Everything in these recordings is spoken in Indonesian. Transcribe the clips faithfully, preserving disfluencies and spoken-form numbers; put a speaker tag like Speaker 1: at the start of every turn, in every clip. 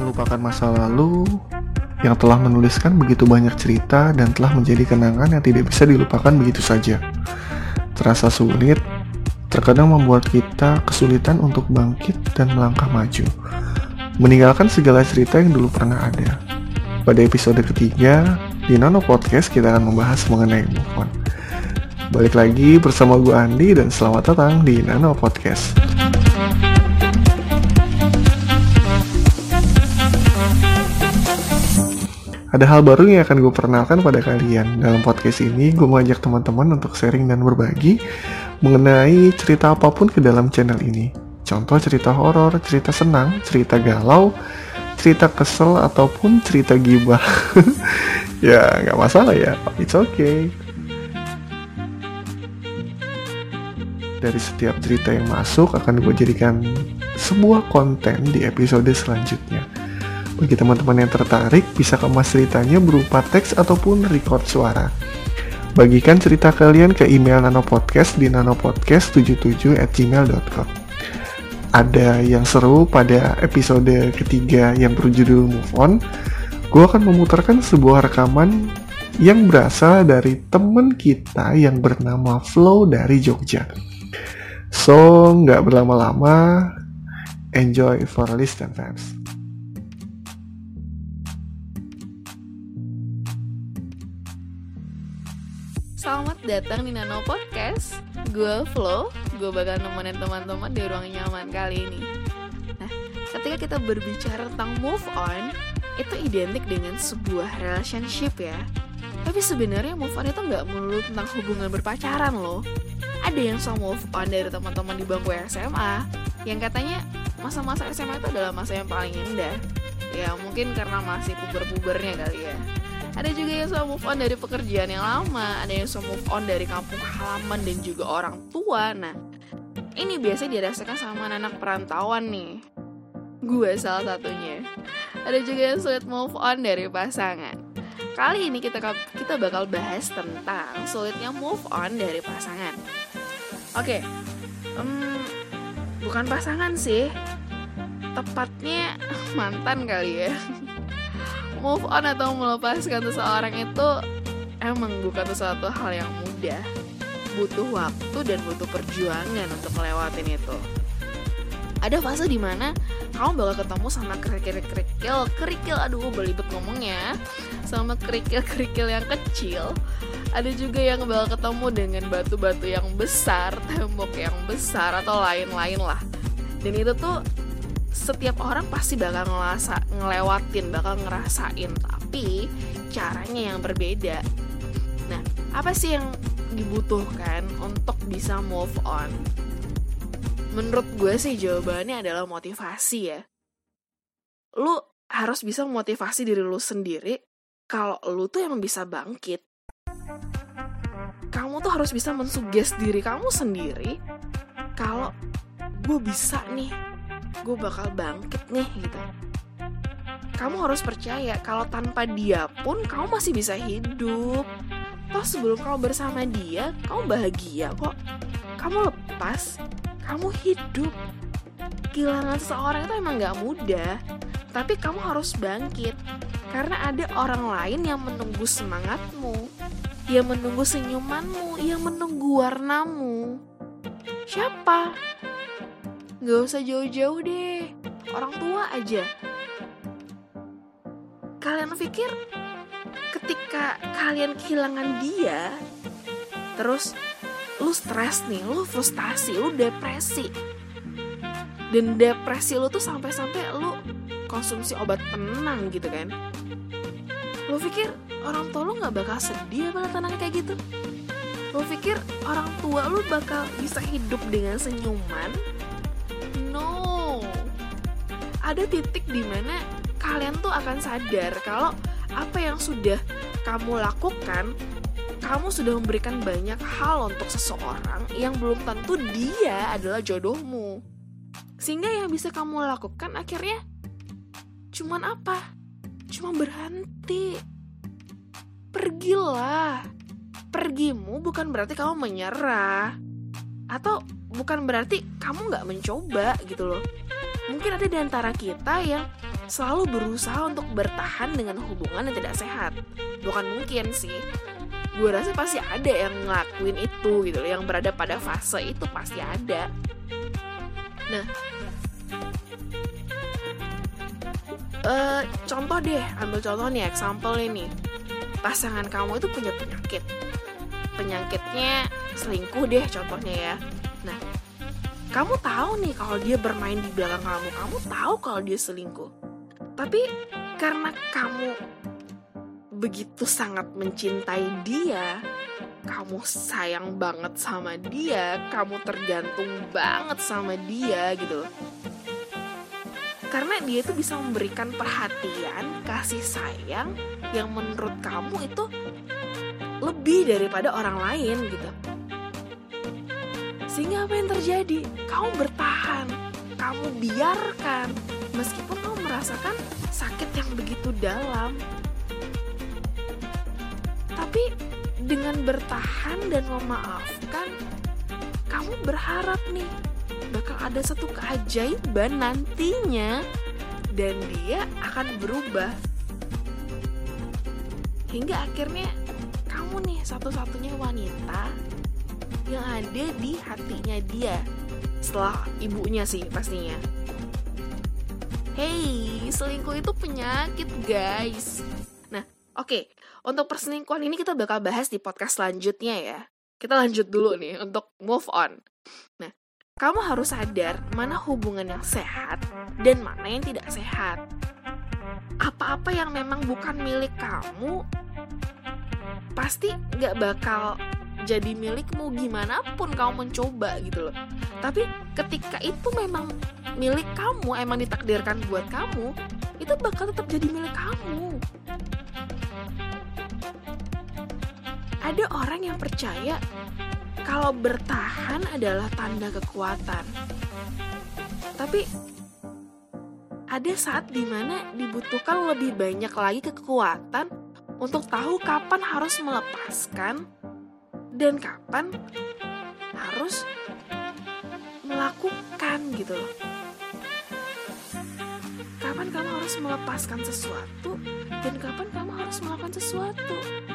Speaker 1: melupakan masa lalu yang telah menuliskan begitu banyak cerita dan telah menjadi kenangan yang tidak bisa dilupakan begitu saja. Terasa sulit, terkadang membuat kita kesulitan untuk bangkit dan melangkah maju, meninggalkan segala cerita yang dulu pernah ada. Pada episode ketiga, di Nano Podcast kita akan membahas mengenai move on. Balik lagi bersama gue Andi dan selamat datang di Nano Podcast. Ada hal baru yang akan gue perkenalkan pada kalian. Dalam podcast ini, gue mengajak teman-teman untuk sharing dan berbagi mengenai cerita apapun ke dalam channel ini. Contoh cerita horor, cerita senang, cerita galau, cerita kesel, ataupun cerita gibah. Ya, nggak masalah ya, it's okay. Dari setiap cerita yang masuk akan gue jadikan sebuah konten di episode selanjutnya. Bagi teman-teman yang tertarik, bisa kemas ceritanya berupa teks ataupun record suara. Bagikan cerita kalian ke email nanopodcast di nanopodcast tujuh tujuh at gmail dot com. Ada yang seru pada episode ketiga yang berjudul Move On. Gue akan memutarkan sebuah rekaman yang berasal dari teman kita yang bernama Flo dari Jogja. So, nggak berlama-lama, enjoy for listen fans.
Speaker 2: Selamat datang di Nano Podcast. Gue Flo, gue bakal nemenin teman-teman di ruang nyaman kali ini. Nah, ketika kita berbicara tentang move on, itu identik dengan sebuah relationship ya. Tapi sebenarnya move on itu gak melulu tentang hubungan berpacaran loh. Ada yang so move on dari teman-teman di bangku S M A, yang katanya masa-masa S M A itu adalah masa yang paling indah. Ya mungkin karena masih puber-pubernya kali ya. Ada juga yang so move on dari pekerjaan yang lama, ada yang so move on dari kampung halaman dan juga orang tua. Nah, ini biasanya dirasakan sama anak perantauan nih. Gue salah satunya. Ada juga yang sulit move on dari pasangan. Kali ini kita kita bakal bahas tentang sulitnya move on dari pasangan. Oke, um, bukan pasangan sih, tepatnya mantan kali ya. Move on atau melepaskan seseorang itu emang bukan sesuatu hal yang mudah. Butuh waktu dan butuh perjuangan untuk melewatin itu. Ada fase dimana kamu bakal ketemu sama kerikil-kerikil, kerikil, aduh belibet ngomongnya, sama kerikil-kerikil yang kecil. Ada juga yang bakal ketemu dengan batu-batu yang besar, tembok yang besar, atau lain-lain lah. Dan itu tuh setiap orang pasti bakal ngelasa, ngelewatin, bakal ngerasain, tapi caranya yang berbeda. Nah, apa sih yang dibutuhkan untuk bisa move on? Menurut gue sih jawabannya adalah motivasi ya. Lu harus bisa memotivasi diri lu sendiri kalau lu tuh emang bisa bangkit. Kamu tuh harus bisa mensuggest diri kamu sendiri kalau gue bisa nih, gue bakal bangkit nih gitu. Kamu harus percaya kalau tanpa dia pun kamu masih bisa hidup. Toh sebelum kamu bersama dia, kamu bahagia kok. Kamu lepas, kamu hidup. Kehilangan seseorang itu emang gak mudah, tapi kamu harus bangkit. Karena ada orang lain yang menunggu semangatmu, yang menunggu senyumanmu, yang menunggu warnamu. Siapa? Gak usah jauh-jauh deh, orang tua aja. Kalian pikir ketika kalian kehilangan dia, terus lu stres nih, lu frustasi, lu depresi, dan depresi lu tuh sampai-sampai lu konsumsi obat penenang gitu kan. Lu pikir orang tua lu gak bakal sedih apa tenangnya kayak gitu? Lu pikir orang tua lu bakal bisa hidup dengan senyuman? No. Ada titik dimana kalian tuh akan sadar kalau apa yang sudah kamu lakukan, kamu sudah memberikan banyak hal untuk seseorang yang belum tentu dia adalah jodohmu. Sehingga yang bisa kamu lakukan akhirnya cuman apa? Cuma berhenti. Pergilah. Pergimu bukan berarti kamu menyerah, atau bukan berarti kamu gak mencoba gitu loh. mungkin ada di antara kita yang selalu berusaha untuk bertahan dengan hubungan yang tidak sehat. Bukan mungkin sih, gue rasa pasti ada yang ngelakuin itu gitu, yang berada pada fase itu pasti ada. Nah, uh, contoh deh, ambil contoh nih, example ini. Pasangan kamu itu punya penyakit. Penyakitnya selingkuh deh contohnya ya. Nah, kamu tahu nih kalau dia bermain di belakang kamu, kamu tahu kalau dia selingkuh. Tapi karena kamu begitu sangat mencintai dia, kamu sayang banget sama dia, kamu tergantung banget sama dia gitu loh. Karena dia itu bisa memberikan perhatian, kasih sayang yang menurut kamu itu lebih daripada orang lain gitu. Sehingga apa yang terjadi? Kamu bertahan, kamu biarkan, meskipun kamu merasakan sakit yang begitu dalam. Tapi dengan bertahan dan memaafkan, kamu berharap nih bakal ada satu keajaiban nantinya dan dia akan berubah. Hingga akhirnya kamu nih satu-satunya wanita yang ada di hatinya dia. Setelah ibunya sih pastinya. Hey, selingkuh itu penyakit guys. Nah, oke, okay. Untuk perselingkuhan ini kita bakal bahas di podcast selanjutnya ya. Kita lanjut dulu nih untuk move on. Nah, kamu harus sadar mana hubungan yang sehat dan mana yang tidak sehat. Apa-apa yang memang bukan milik kamu pasti gak bakal jadi milikmu gimana pun kamu mencoba gitu loh. Tapi ketika itu memang milik kamu, emang ditakdirkan buat kamu, itu bakal tetap jadi milik kamu. Ada orang yang percaya kalau bertahan adalah tanda kekuatan. Tapi ada saat dimana dibutuhkan lebih banyak lagi kekuatan untuk tahu kapan harus melepaskan dan kapan harus melakukan gitu loh. Kapan kamu harus melepaskan sesuatu dan kapan kamu harus melakukan sesuatu.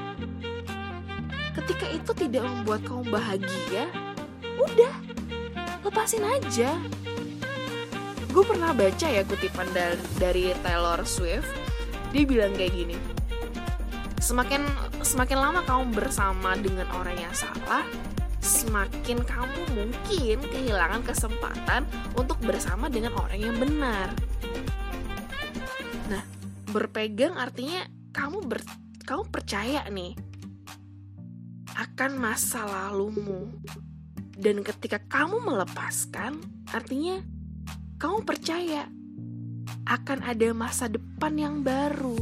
Speaker 2: Ketika itu tidak membuat kamu bahagia, udah, lepasin aja. Gue pernah baca ya kutipan dari, dari Taylor Swift. Dia bilang kayak gini, Semakin semakin lama kamu bersama dengan orang yang salah, semakin kamu mungkin kehilangan kesempatan untuk bersama dengan orang yang benar. Nah, berpegang artinya kamu ber, kamu percaya nih akan masa lalumu. Dan ketika kamu melepaskan, artinya kamu percaya akan ada masa depan yang baru.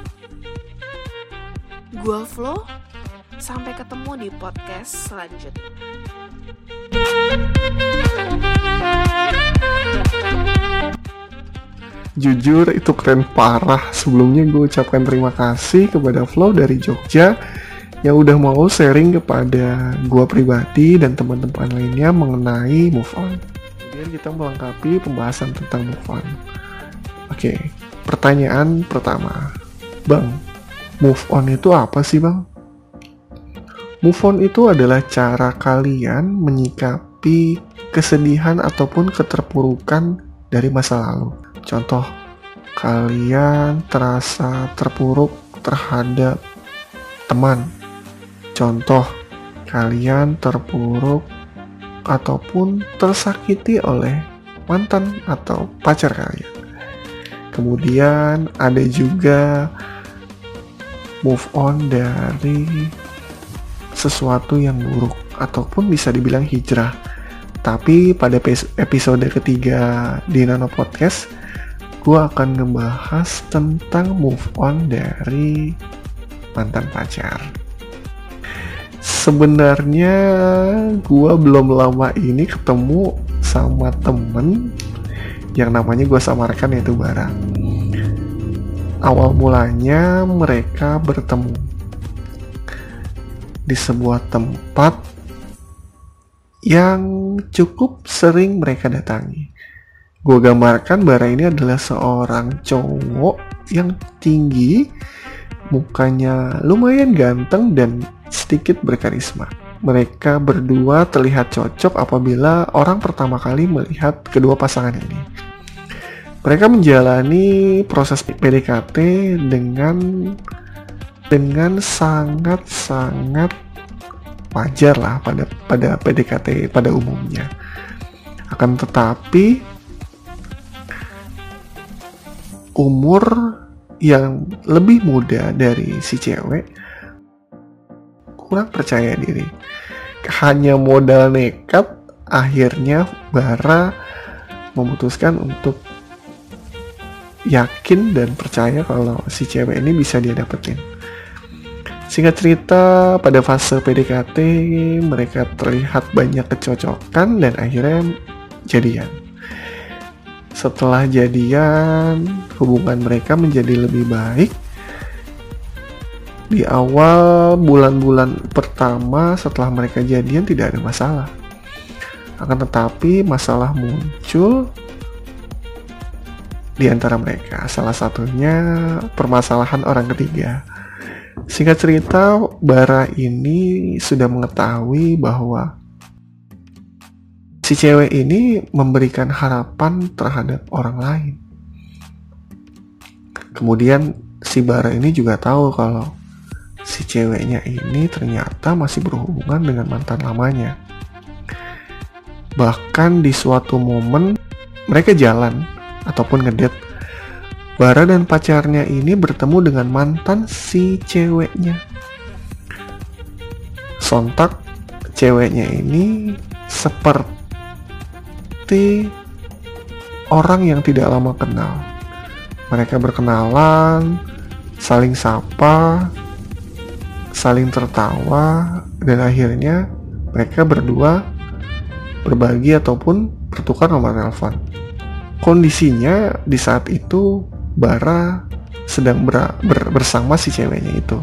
Speaker 2: Gua Flo, sampai ketemu di podcast selanjutnya.
Speaker 1: Jujur itu keren parah. Sebelumnya gue ucapkan terima kasih kepada Flo dari Jogja yang udah mau sharing kepada gue pribadi dan teman-teman lainnya mengenai move on. Kemudian kita melengkapi pembahasan tentang move on. Oke, pertanyaan pertama, Bang, move on itu apa sih Bang? Move on itu adalah cara kalian menyikapi kesedihan ataupun keterpurukan dari masa lalu. Contoh, kalian terasa terpuruk terhadap teman. Contoh, kalian terpuruk ataupun tersakiti oleh mantan atau pacar kalian. Kemudian ada juga move on dari sesuatu yang buruk ataupun bisa dibilang hijrah. Tapi pada episode ketiga di Nano Podcast, gue akan ngebahas tentang move on dari mantan pacar. Sebenarnya gue belum lama ini ketemu sama temen yang namanya gue samarkan yaitu Bara. Awal mulanya mereka bertemu di sebuah tempat yang cukup sering mereka datangi. Gue gambarkan Bara ini adalah seorang cowok yang tinggi, mukanya lumayan ganteng dan sedikit berkarisma. Mereka berdua terlihat cocok apabila orang pertama kali melihat kedua pasangan ini. Mereka menjalani proses P D K T dengan dengan sangat-sangat wajar lah pada pada P D K T pada umumnya. Akan tetapi umur yang lebih muda dari si cewek kurang percaya diri. Hanya modal nekat, akhirnya Bara memutuskan untuk yakin dan percaya kalau si cewek ini bisa dia dapetin. Singkat cerita, pada fase P D K T mereka terlihat banyak kecocokan dan akhirnya jadian. Setelah jadian, hubungan mereka menjadi lebih baik. Di awal bulan-bulan pertama setelah mereka jadian tidak ada masalah. Akan tetapi masalah muncul di antara mereka. Salah satunya permasalahan orang ketiga. Singkat cerita, Bara ini sudah mengetahui bahwa si cewek ini memberikan harapan terhadap orang lain. Kemudian si Bara ini juga tahu kalau si ceweknya ini ternyata masih berhubungan dengan mantan lamanya. Bahkan di suatu momen mereka jalan ataupun ngedate, Bara dan pacarnya ini bertemu dengan mantan si ceweknya. Sontak ceweknya ini seperti orang yang tidak lama kenal. Mereka berkenalan, saling sapa, saling tertawa, dan akhirnya mereka berdua berbagi ataupun bertukar nomor telepon. Kondisinya di saat itu Bara sedang ber, ber, bersama si ceweknya itu.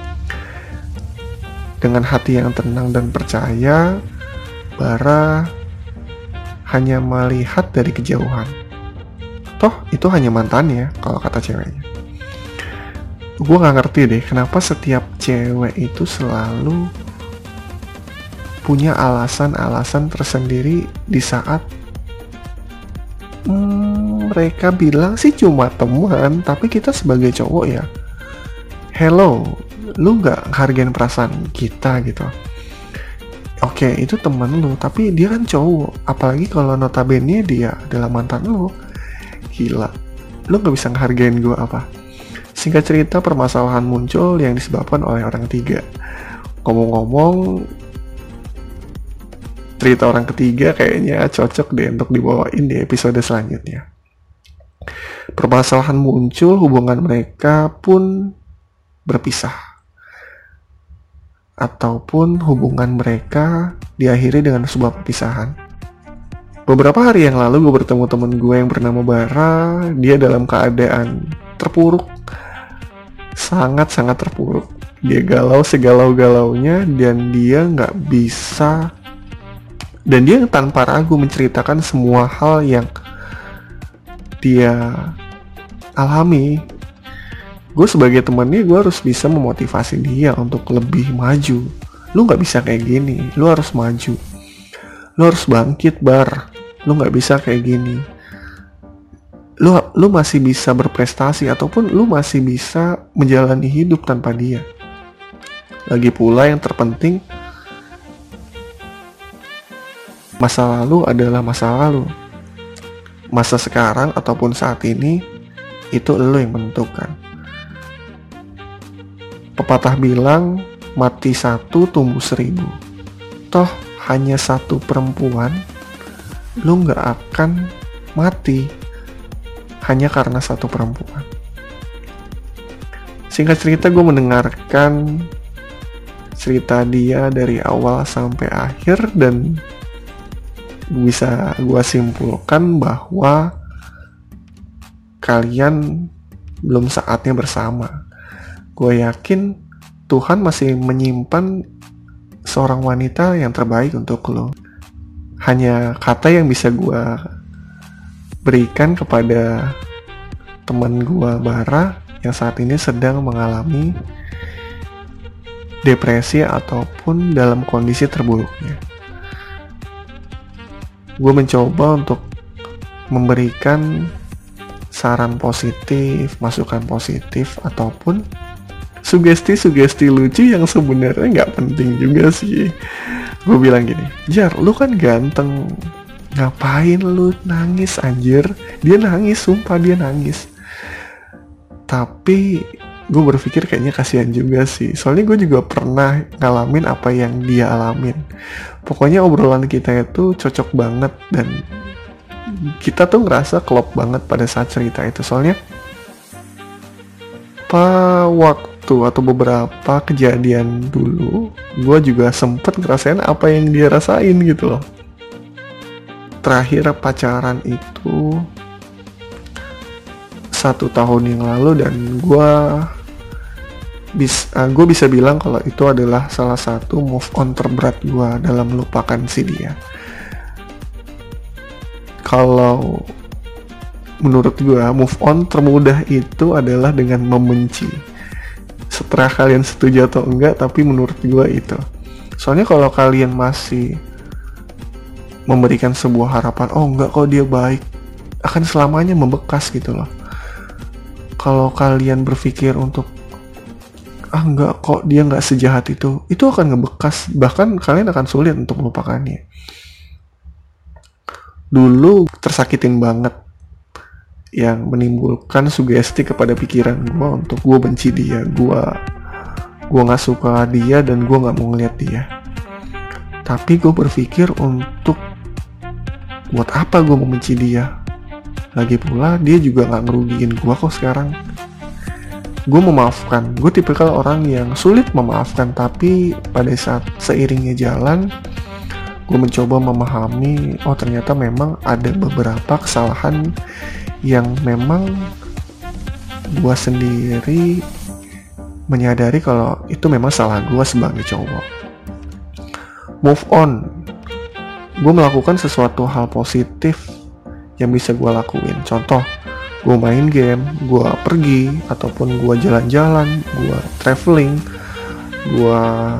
Speaker 1: Dengan hati yang tenang dan percaya, Bara hanya melihat dari kejauhan. Toh itu hanya mantannya kalau kata ceweknya. Gue gak ngerti deh kenapa setiap cewek itu selalu punya alasan-alasan tersendiri di saat hmm, mereka bilang sih cuma teman, tapi kita sebagai cowok ya, hello, lu gak hargain perasaan kita gitu. Oke, itu teman lu, tapi dia kan cowok, apalagi kalau notabene dia adalah mantan lu. Gila, lu gak bisa ngehargain gue apa? Singkat cerita, permasalahan muncul yang disebabkan oleh orang ketiga. Ngomong-ngomong, cerita orang ketiga kayaknya cocok deh untuk dibawain di episode selanjutnya. Permasalahan muncul, hubungan mereka pun berpisah. Ataupun hubungan mereka diakhiri dengan sebuah perpisahan. Beberapa hari yang lalu gue bertemu temen gue yang bernama Bara. Dia dalam keadaan terpuruk, sangat-sangat terpuruk. Dia galau segalau-galaunya dan dia nggak bisa, dan dia tanpa ragu menceritakan semua hal yang dia alami. Gue sebagai temannya, gue harus bisa memotivasi dia untuk lebih maju. Lu nggak bisa kayak gini, lu harus maju, lu harus bangkit Bar, lu nggak bisa kayak gini. Lu, lu masih bisa berprestasi ataupun lu masih bisa menjalani hidup tanpa dia. Lagi pula yang terpenting, masa lalu adalah masa lalu. Masa sekarang ataupun saat ini, itu lu yang menentukan. Pepatah bilang, mati satu tumbuh seribu. Toh hanya satu perempuan, lu gak akan mati hanya karena satu perempuan. Singkat cerita, gue mendengarkan cerita dia dari awal sampai akhir dan bisa gue simpulkan bahwa kalian belum saatnya bersama. Gue yakin Tuhan masih menyimpan seorang wanita yang terbaik untuk lo. Hanya kata yang bisa gue berikan kepada teman gue Bara yang saat ini sedang mengalami depresi ataupun dalam kondisi terburuknya. Gue mencoba untuk memberikan saran positif, masukan positif, ataupun sugesti-sugesti lucu yang sebenarnya nggak penting juga sih. Gue bilang gini, Jar, lu kan ganteng, ngapain lu nangis anjir? Dia nangis, sumpah dia nangis. Tapi gue berpikir kayaknya kasihan juga sih. Soalnya gue juga pernah ngalamin apa yang dia alamin. Pokoknya obrolan kita itu cocok banget dan kita tuh ngerasa klop banget pada saat cerita itu. Soalnya apa waktu atau beberapa kejadian dulu, gue juga sempet ngerasain apa yang dia rasain gitu loh. Terakhir pacaran itu satu tahun yang lalu dan gue bisa gue bisa bilang kalau itu adalah salah satu move on terberat gue dalam melupakan si dia. Kalau menurut gue move on termudah itu adalah dengan membenci. Setelah kalian setuju atau enggak, tapi menurut gue itu. Soalnya kalau kalian masih memberikan sebuah harapan, oh enggak kok dia baik, akan selamanya membekas gitu loh. Kalau kalian berpikir untuk ah enggak kok dia nggak sejahat itu, itu akan ngebekas, bahkan kalian akan sulit untuk melupakannya. Dulu tersakitin banget yang menimbulkan sugesti kepada pikiran gue untuk gue benci dia, gue gue nggak suka dia dan gue nggak mau ngeliat dia. Tapi gue berpikir untuk buat apa gue membenci dia? Lagi pula dia juga nggak ngerugiin gue kok sekarang. Gue memaafkan, gue tipikal orang yang sulit memaafkan, tapi pada saat seiringnya jalan, gue mencoba memahami, oh ternyata memang ada beberapa kesalahan yang memang gue sendiri menyadari kalau itu memang salah gue sebagai cowok. Move on, gue melakukan sesuatu hal positif yang bisa gue lakuin. Contoh, gue main game, gue pergi, ataupun gue jalan-jalan, gue traveling, gue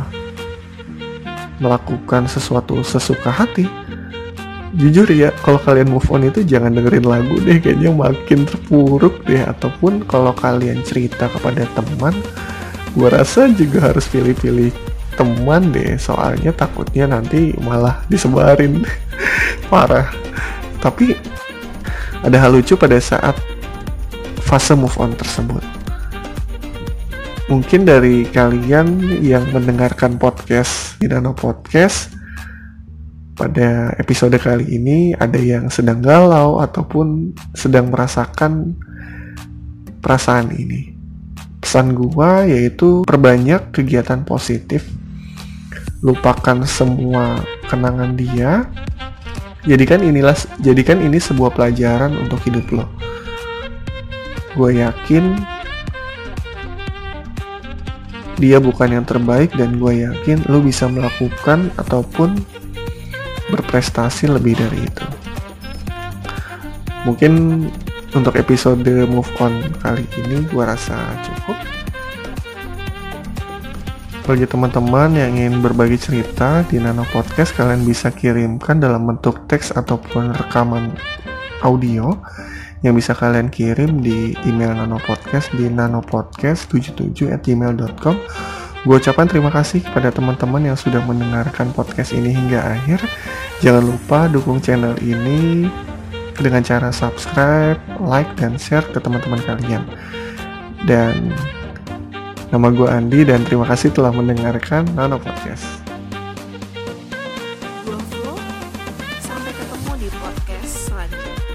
Speaker 1: melakukan sesuatu sesuka hati. Jujur ya, kalau kalian move on itu jangan dengerin lagu deh, kayaknya makin terpuruk deh. Ataupun kalau kalian cerita kepada teman, gue rasa juga harus pilih-pilih teman deh, soalnya takutnya nanti malah disebarin. Parah. Tapi ada hal lucu pada saat fase move on tersebut. Mungkin dari kalian yang mendengarkan podcast di Nano Podcast pada episode kali ini ada yang sedang galau ataupun sedang merasakan perasaan ini. Pesan gua yaitu perbanyak kegiatan positif, lupakan semua kenangan dia. Jadikan inilah jadikan ini sebuah pelajaran untuk hidup lo. Gue yakin dia bukan yang terbaik dan gue yakin lo bisa melakukan ataupun berprestasi lebih dari itu. Mungkin untuk episode move on kali ini gue rasa cukup. Bagi teman-teman yang ingin berbagi cerita di Nano Podcast, kalian bisa kirimkan dalam bentuk teks ataupun rekaman audio yang bisa kalian kirim di email Nano Podcast di nanopodcast tujuh tujuh at gmail dot com. Gue ucapkan terima kasih kepada teman-teman yang sudah mendengarkan podcast ini hingga akhir. Jangan lupa dukung channel ini dengan cara subscribe, like, dan share ke teman-teman kalian. Dan nama gue Andi dan terima kasih telah mendengarkan Nano Podcast.
Speaker 2: Gue Flo, sampai ketemu di podcast selanjutnya.